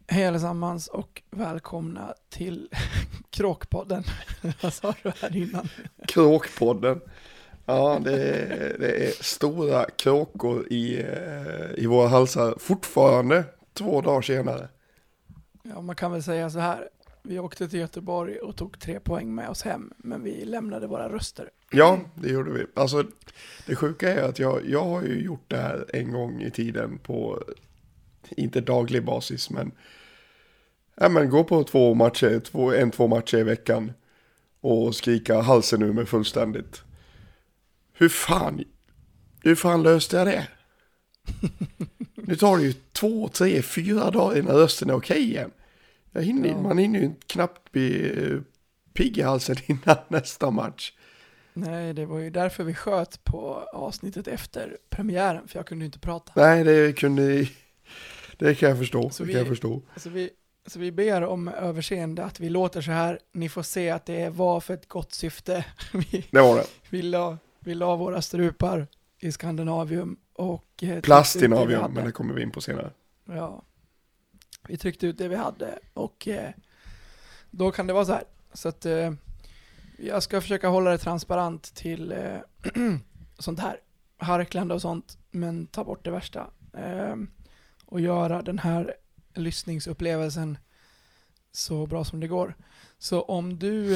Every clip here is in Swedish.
Hej allesammans och välkomna till Kråkpodden. Vad sa du här innan? Kråkpodden. Ja, det är stora kråkor i våra halsar fortfarande 2 dagar senare. Ja, man kan väl säga så här. Vi åkte till Göteborg och tog 3 poäng med oss hem, men vi lämnade våra röster. Ja, det gjorde vi. Alltså, det sjuka är att jag har ju gjort det här en gång i tiden på, inte daglig basis, men gå på 2 matcher i veckan och skrika halsen ur mig fullständigt. Hur fan löste jag det? Nu tar det ju 2, 3, 4 dagar innan rösten är okej igen. Man hinner ju knappt bli pigg i halsen innan nästa match. Nej, det var ju därför vi sköt på avsnittet efter premiären, för jag kunde ju inte prata. Nej, det kan jag förstå. Så vi ber om överseende att vi låter så här. Ni får se att det var för ett gott syfte. Det var det. Vi la våra strupar i Skandinavium och Plastinavium, men det kommer vi in på senare. Ja. Vi tryckte ut det vi hade och då kan det vara så här. Så att jag ska försöka hålla det transparent till sånt här harklande och sånt, men ta bort det värsta och göra den här lyssningsupplevelsen så bra som det går. Så om du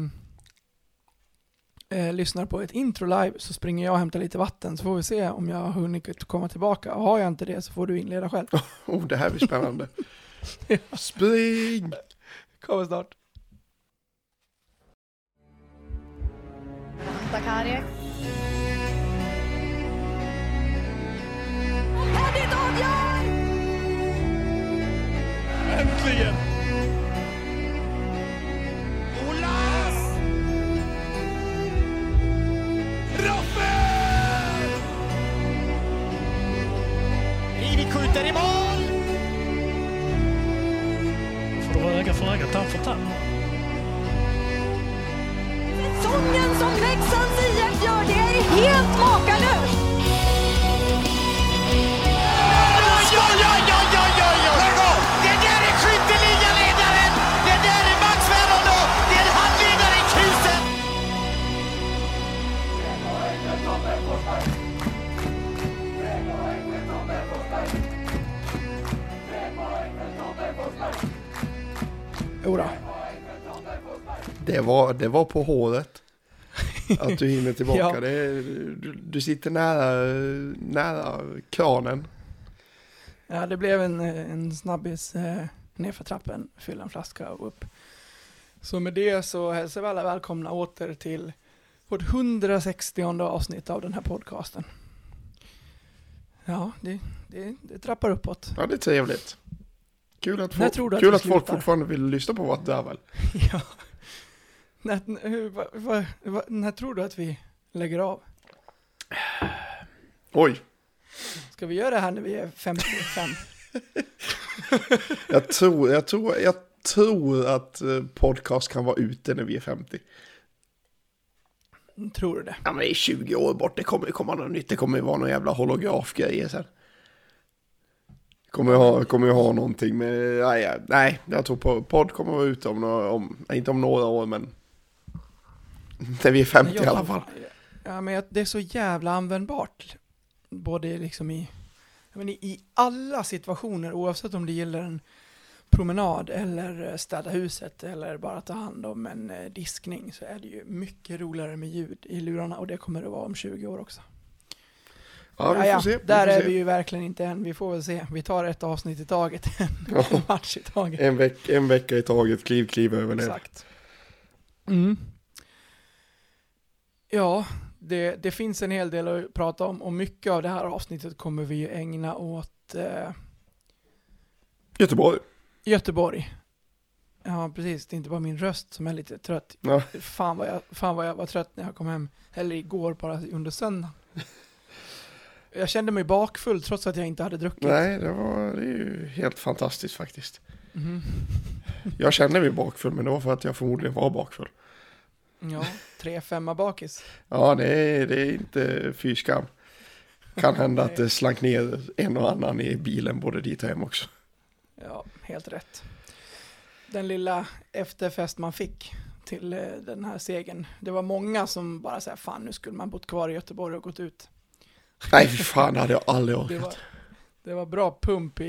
lyssnar på ett intro live så springer jag och hämtar lite vatten, så får vi se om jag har hunnit komma tillbaka. Har jag inte det så får du inleda själv. Det här blir spännande. Spring! Kommer snart. Tackar. Henrik avgör! Äntligen! Olas! Raffel! Ivi skjuter i mål! Får du vara öga för öga, tand för tand. Säsongen som Leksands IF gör, det är helt makalöst! Det där är skytteligaledaren! Det där är Max Verano! Det är handledaren Kusen! Jodå. Det var på håret att du hinner tillbaka. Ja. Du sitter nära kranen. Ja, det blev en snabbis nerför trappen, fylla en flaska och upp. Så med det så hälsar vi alla välkomna åter till vårt 160:e avsnitt av den här podcasten. Ja, det trappar uppåt. Ja, det är trevligt. Kul att folk fortfarande vill lyssna på vad det är väl. Ja. När tror du att vi lägger av? Oj. Ska vi göra det här när vi är 55? Jag tror att podcast kan vara ute när vi är 50. Tror du det? Ja, men det är 20 år bort. Det kommer komma något nytt. Det kommer vara någon jävla holografgrejer sen. Kommer jag ha någonting med... Nej, jag tror podd kommer vara ute inte om några år, men när vi är 50 i alla fall. Ja, men det är så jävla användbart. Både liksom i alla situationer, oavsett om det gäller en promenad eller städa huset eller bara ta hand om en diskning, så är det ju mycket roligare med ljud i lurarna, och det kommer det vara om 20 år också. Ja, vi får se. Där är vi ju verkligen inte än. Vi får väl se. Vi tar ett avsnitt i taget. En match i taget. En vecka i taget. Kliv över det. Exakt. Ja, det finns en hel del att prata om. Och mycket av det här avsnittet kommer vi ju ägna åt Göteborg. Ja, precis. Det är inte bara min röst som är lite trött. Ja. Fan vad jag var trött när jag kom hem. Eller igår, bara under söndagen. Jag kände mig bakfull trots att jag inte hade druckit. Nej, det är ju helt fantastiskt faktiskt. Mm. Jag kände mig bakfull, men det var för att jag förmodligen var bakfull. Ja, 3-5 bakis. Ja, det är inte fy skam. Kan hända att det slank ner en och annan i bilen både dit och hem också. Ja, helt rätt. Den lilla efterfest man fick till den här segern. Det var många som bara sa, fan nu skulle man bott kvar i Göteborg och gått ut. Nej, för fan, hade jag aldrig orkat. Det var bra pump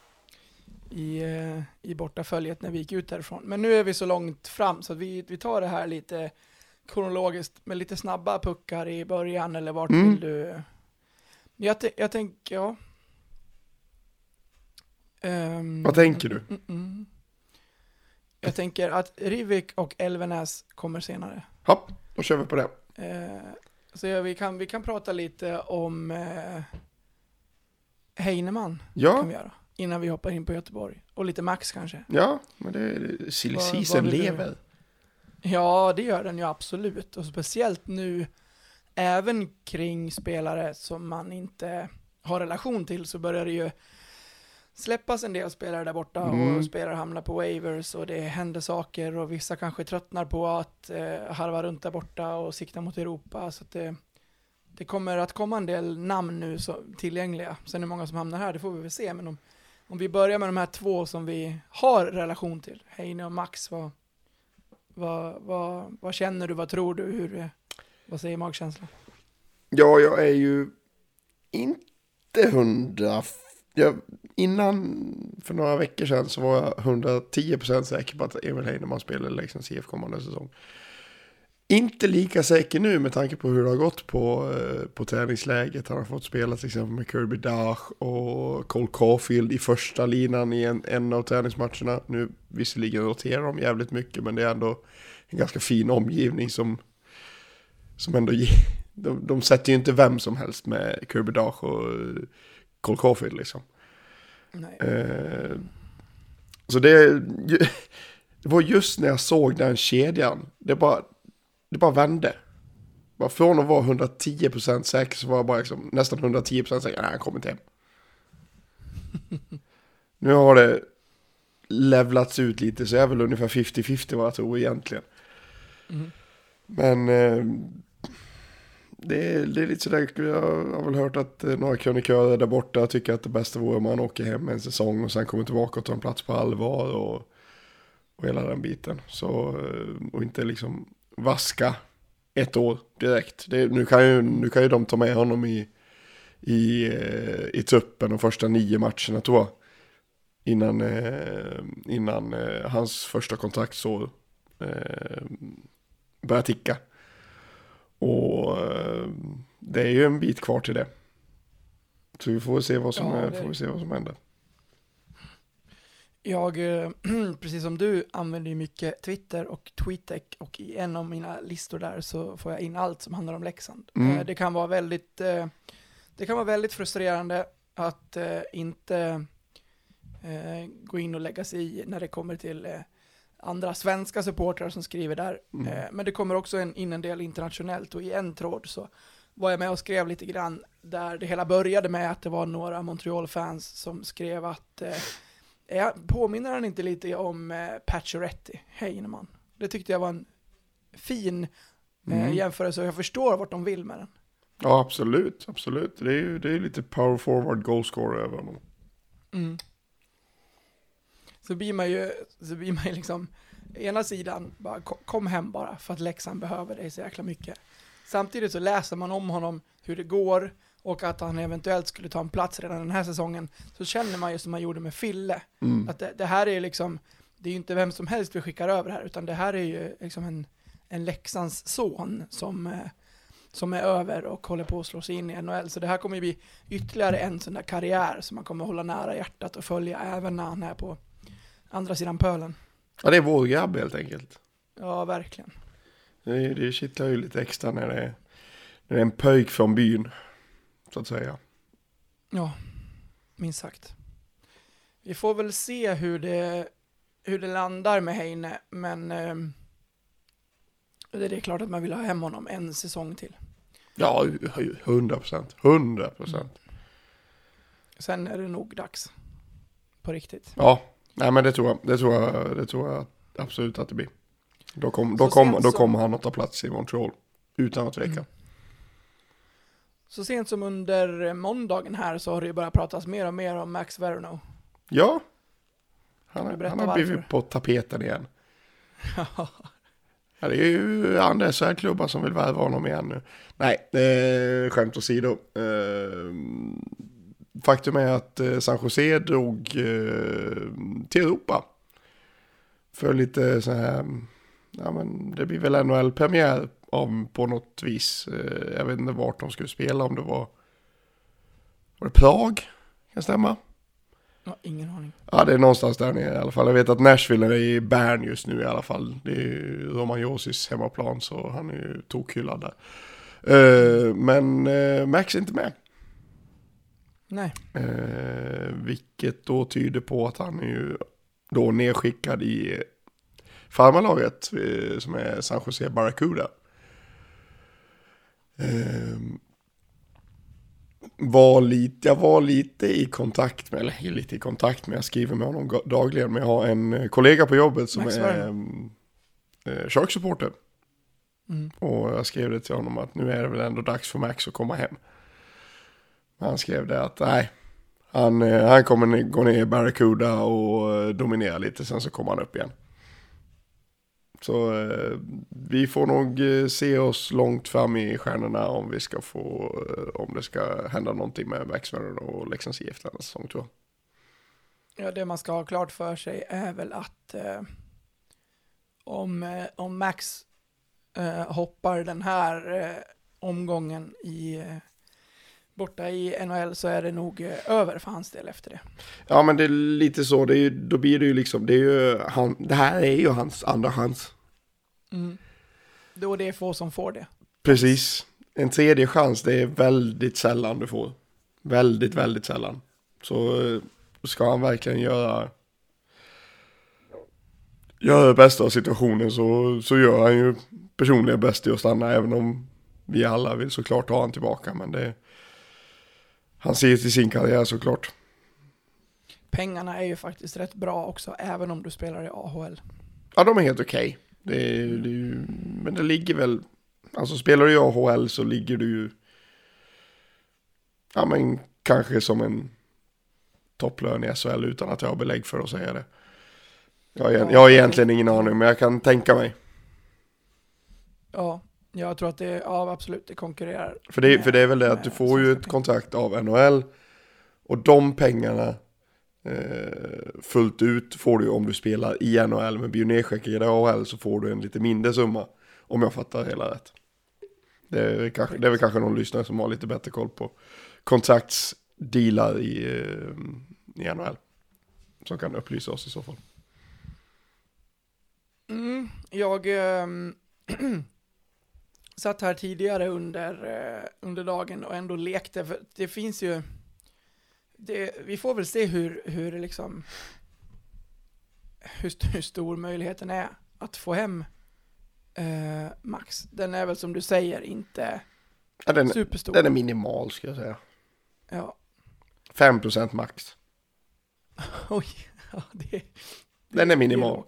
i bortaföljet när vi gick ut därifrån. Men nu är vi så långt fram så att vi tar det här lite kronologiskt med lite snabba puckar i början, eller vart vill du? Jag tänker, ja. Vad tänker du? Jag tänker att Rivik och Elvenäs kommer senare. Hopp, då kör vi på det. Så vi kan prata lite om Heinemann. Ja. Kan vi göra, innan vi hoppar in på Göteborg. Och lite Max kanske. Ja, men det är silly season lever. Ja, det gör den ju absolut. Och speciellt nu, även kring spelare som man inte har relation till, så börjar det ju släppas en del spelare där borta och spelare hamnar på waivers och det händer saker och vissa kanske tröttnar på att harva runt där borta och sikta mot Europa. Så att det kommer att komma en del namn nu tillgängliga. Sen är det många som hamnar här, det får vi väl se. Men om vi börjar med de här två som vi har relation till, Heine och Max, vad känner du, vad tror du, vad säger magkänslan? Ja, jag är ju inte 100. Innan, för några veckor sedan, så var jag 110% säker på att Emil Heinemann spelar Leksands IF kommande säsong. Inte lika säker nu med tanke på hur det har gått på träningsläget. Han har fått spela till exempel med Kirby Dach och Cole Caulfield i första linan i en av träningsmatcherna. Nu visserligen roterar de jävligt mycket, men det är ändå en ganska fin omgivning som ändå de sätter ju inte vem som helst med Kirby Dach och Cole Caulfield liksom. Nej. Så det var just när jag såg den kedjan, det bara vände. Bara från att vara 110% säker så var jag bara liksom nästan 110% säker. Nej, han kommer inte hem. Nu har det levlats ut lite, så jag är väl ungefär 50-50 vad jag tror egentligen. Men det är lite sådär, jag har väl hört att några kronikörer där borta tycker att det bästa vore om man åker hem en säsong och sen kommer tillbaka och tar en plats på allvar och hela den biten. Så, och inte liksom vaska ett år direkt. Nu kan ju de ta med honom i truppen de första 9 matcherna tror jag. Innan hans första kontraktsår börjar ticka. Och det är ju en bit kvar till det. Så vi får se vad som händer. Jag, precis som du, använder ju mycket Twitter och TweetDeck, och i en av mina listor där så får jag in allt som handlar om Leksand. Det kan vara väldigt frustrerande att inte gå in och lägga sig i när det kommer till andra svenska supportrar som skriver där. Men det kommer också in en del internationellt, och i en tråd så var jag med och skrev lite grann där det hela började med att det var några Montreal-fans som skrev att påminner han inte lite om Pacioretty, Heinemann? Det tyckte jag var en fin jämförelse, och jag förstår vart de vill med den. Ja, absolut. Det är lite power forward goalscorer över honom. Så blir man ju liksom ena sidan bara kom hem bara för att Leksand behöver dig så jäkla mycket. Samtidigt så läser man om honom hur det går och att han eventuellt skulle ta en plats redan den här säsongen, så känner man ju som man gjorde med Fille. Att det här är liksom, det är ju inte vem som helst vi skickar över här, utan det här är ju liksom en Leksands son som är över och håller på att slå sig in i NHL. Så det här kommer ju bli ytterligare en sån där karriär som man kommer hålla nära hjärtat och följa även när han är på andra sidan pölen. Ja, det är vår grabb helt enkelt. Ja, verkligen. Det kittlar ju lite extra när det är en pöjk från byn, så att säga. Ja, minst sagt. Vi får väl se hur det landar med Heine, men det är klart att man vill ha hem honom en säsong till. Ja, 100%. Sen är det nog dags. På riktigt. Ja, nej men det tror jag absolut att det blir. Då kommer han att ta plats i Montreal utan att tveka. Så sent som under måndagen här så har det ju börjat pratas mer och mer om Max Veronneau. Ja, Han har varför? blivit på tapeten igen. Ja, det är ju andra SHL-klubbar som vill värva honom igen nu. Nej, skämt åsido. Faktum är att San Jose drog till Europa. För lite så här, ja men det blir väl NHL-premiär på något vis. Jag vet inte vart de skulle spela, om det var det Prag? Kan det stämma? Ja, ingen aning. Ja, det är någonstans där nere i alla fall. Jag vet att Nashville är i Bern just nu i alla fall. Det är ju Roman Josis hemmaplan, så han är ju tokhyllad där. Men Max är inte med. Nej. Vilket då tyder på att han är ju då nedskickad i farmarlaget som är San Jose Barracuda. Jag var lite i kontakt med, jag skriver med honom dagligen, men jag har en kollega på jobbet som Max är Shark-supporter. Och jag skrev det till honom att nu är det väl ändå dags för Max att komma hem. Han skrev det att nej, han kommer gå ner i Barracuda och dominera lite, sen så kommer han upp igen. Så vi får nog se oss långt fram i stjärnorna om det ska hända någonting med Maxwell och Leksands IF denna säsong, tror jag. Ja, det man ska ha klart för sig är väl att om Max hoppar den här omgången borta i NHL, så är det nog över för hans del efter det. Ja, men det är lite så. Då blir det ju liksom, det här är ju hans andra chans. Då det är få som får det. Precis. En tredje chans, det är väldigt sällan du får. Väldigt, väldigt sällan. Så ska han verkligen göra det bästa av situationen, så gör han ju personligen bäst i att stanna, även om vi alla vill såklart ha han tillbaka. Men han ser till sin karriär såklart. Pengarna är ju faktiskt rätt bra också, även om du spelar i AHL. Ja, de är helt okej. Men det ligger väl, alltså spelar du i AHL så ligger du ju, ja men kanske som en topplön i SHL, utan att jag har belägg för att säga det. Jag har egentligen ingen aning, men jag kan tänka mig. Ja, jag tror att absolut, det konkurrerar. För det är väl det att du får ju ett kontrakt av NHL, och de pengarna fullt ut får du om du spelar i NHL, men blir du nedskickad i AHL så får du en lite mindre summa, om jag fattar hela rätt. Det är väl kanske någon lyssnare som har lite bättre koll på kontraktsdealar i NHL, som kan upplysa oss i så fall. Jag satt här tidigare under dagen och ändå lekte, för det finns ju vi får väl se hur stor möjligheten är att få hem Max. Den är väl, som du säger, inte superstor. Den är minimal, ska jag säga. Ja. 5% max. Oj, ja, den är minimal.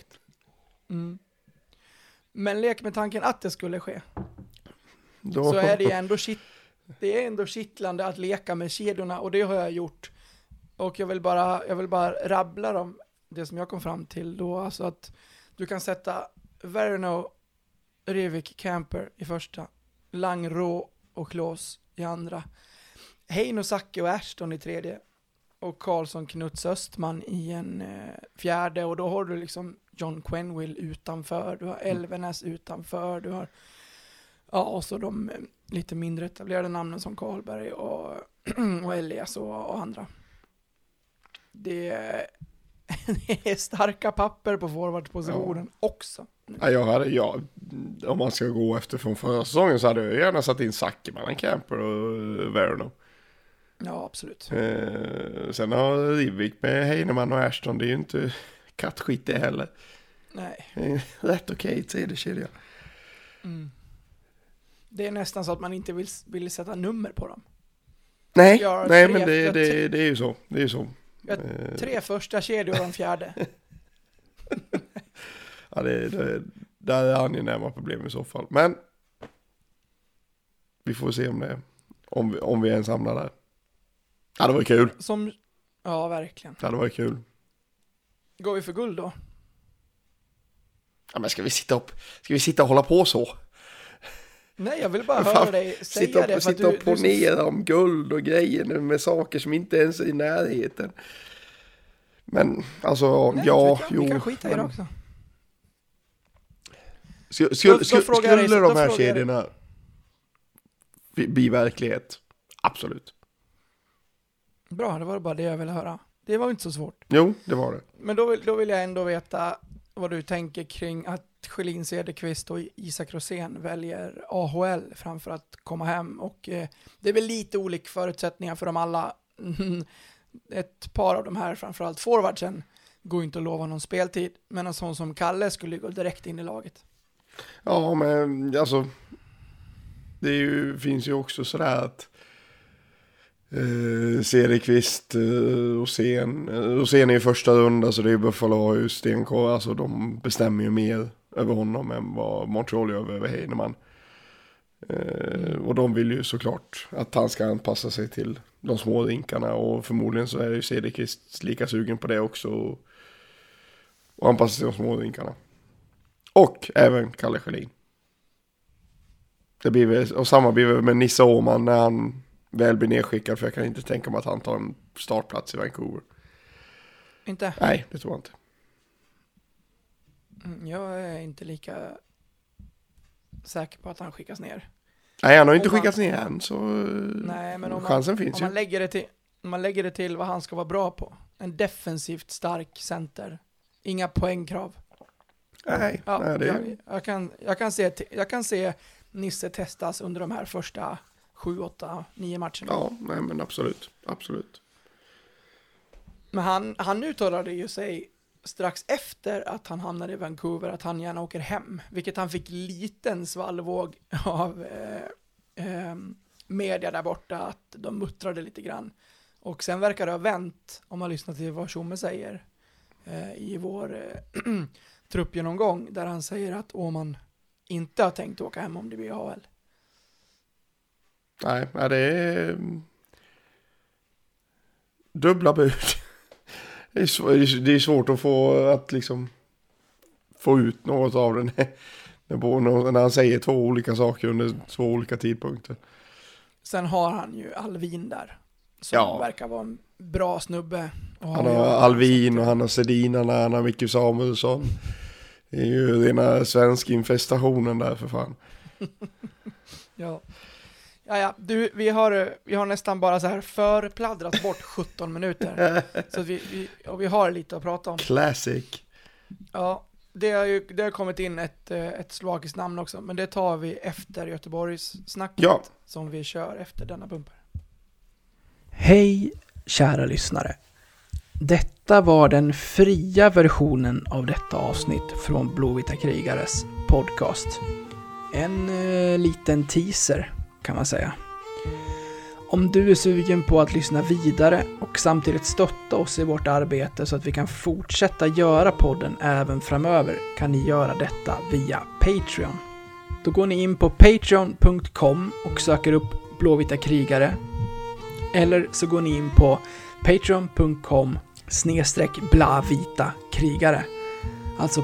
Men lek med tanken att det skulle ske. Så är det ändå ändå kittlande att leka med kedjorna, och det har jag gjort. Och jag vill bara rabbla dem, det som jag kom fram till då, alltså att du kan sätta Verno, Rivik, Camper i första, Lang, Rå och Klås i andra, Heino, Sacke och Ashton i tredje, och Karlsson, Knuts, Östman i en fjärde, och då har du liksom John Quenneville utanför, du har Elvenes utanför, du har och så de lite mindre etablerade namnen som Karlberg och Elias och andra. Det är starka papper på forwardpositionen också. Ja, om man ska gå efter från förra säsongen, så hade jag gärna satt in Sacke mellan Camper och Verno. Ja, absolut. Sen har Rivik med Heinemann och Ashton, det är ju inte kattskit det heller. Nej. Rätt okej, tredje kedja. Det är nästan så att man inte vill sätta nummer på dem. Nej, men det är ju så. Det är ju så. 3 första kedjor och en fjärde. Ja, det är angenäma problem i så fall. Men vi får se om vi ens hamnar där. Ja, det var kul. Ja, verkligen. Ja, det var kul. Går vi för guld då? Ja, men ska vi sitta och hålla på så? Nej, jag vill bara höra dig säga det. Sitta och ponera om guld och grejer nu med saker som inte ens är i närheten. Men alltså, Nej, ja, jo. Vi kan skita i det också. Skulle de här kedjorna bli verklighet? Absolut. Bra, det var bara det jag ville höra. Det var inte så svårt. Jo, det var det. Men då vill jag ändå veta vad du tänker kring att Schelin Cederqvist och Isak Rosén väljer AHL framför att komma hem. Och det är väl lite olika förutsättningar för dem alla. Ett par av de här, framförallt forwardsen, går inte att lova någon speltid. Men en sån som Kalle skulle gå direkt in i laget. Ja, men alltså det finns ju också sådär att Cederqvist och Sen är i första runda, så det är Buffalo har ju stenkoll, alltså de bestämmer ju mer över honom än vad Montreal gör över Heinemann. Och de vill ju såklart att han ska anpassa sig till de små rinkarna, och förmodligen så är ju Cederqvist lika sugen på det också, och anpassa sig till de små rinkarna. Och även Kalle Schelin. Det blir väl, och samma blir väl med Nisse Åhman när han väl blir nedskickad, för jag kan inte tänka mig att han tar en startplats i Vancouver. Inte? Nej, det tror jag inte. Jag är inte lika säker på att han skickas ner. Nej, han har inte skickats ner än, så nej, men chansen finns om ju. Man lägger det till vad han ska vara bra på. En defensivt stark center. Inga poängkrav. Nej, ja, nej det jag kan se Nisse testas under de här första 7, 8, 9 matcherna. Ja, nej men absolut. Men han uttalade ju sig strax efter att han hamnade i Vancouver att han gärna åker hem, vilket han fick liten svallvåg av media där borta, att de muttrade lite grann. Och sen verkar det ha vänt, om man lyssnar till vad Tjomme säger i vår truppgenomgång, där han säger att Åhman inte har tänkt åka hem om det blir AHL. Nej, det är dubbla bud. Det är svårt att få ut något av den när han säger 2 olika saker under 2 olika tidpunkter. Sen har han ju Alvin där, som verkar vara en bra snubbe. Han har Alvin och han har Sedinarna, han har Micke Samuelsson. Det är ju rena svensk infestationen där för fan. Ja. Du, vi har nästan bara så här förpladdrat bort 17 minuter. Så vi har lite att prata om. Classic. Ja, det har kommit in ett slagiskt namn också, men det tar vi efter Göteborgs snacket som vi kör efter denna bumper. Hej kära lyssnare. Detta var den fria versionen av detta avsnitt från Blåvita krigares podcast. En liten teaser kan man säga. Om du är sugen på att lyssna vidare och samtidigt stötta oss i vårt arbete så att vi kan fortsätta göra podden även framöver, kan ni göra detta via Patreon. Då går ni in på patreon.com och söker upp Blåvita krigare, eller så går ni in på patreon.com/blavita krigare. Alltså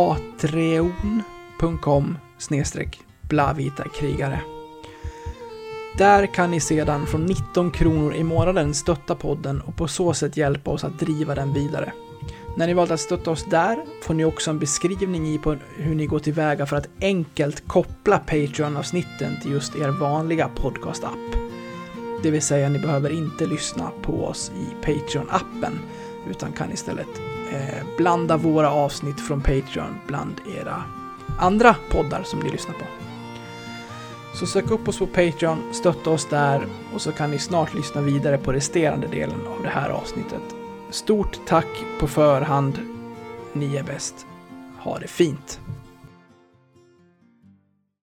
patreon.com/blavita krigare. Där kan ni sedan från 19 kronor i månaden stötta podden och på så sätt hjälpa oss att driva den vidare. När ni valt att stötta oss där får ni också en beskrivning på hur ni går tillväga för att enkelt koppla Patreon-avsnitten till just er vanliga podcast-app. Det vill säga, ni behöver inte lyssna på oss i Patreon-appen, utan kan istället blanda våra avsnitt från Patreon bland era andra poddar som ni lyssnar på. Så sök upp oss på Patreon, stötta oss där, och så kan ni snart lyssna vidare på resterande delen av det här avsnittet. Stort tack på förhand. Ni är bäst. Ha det fint.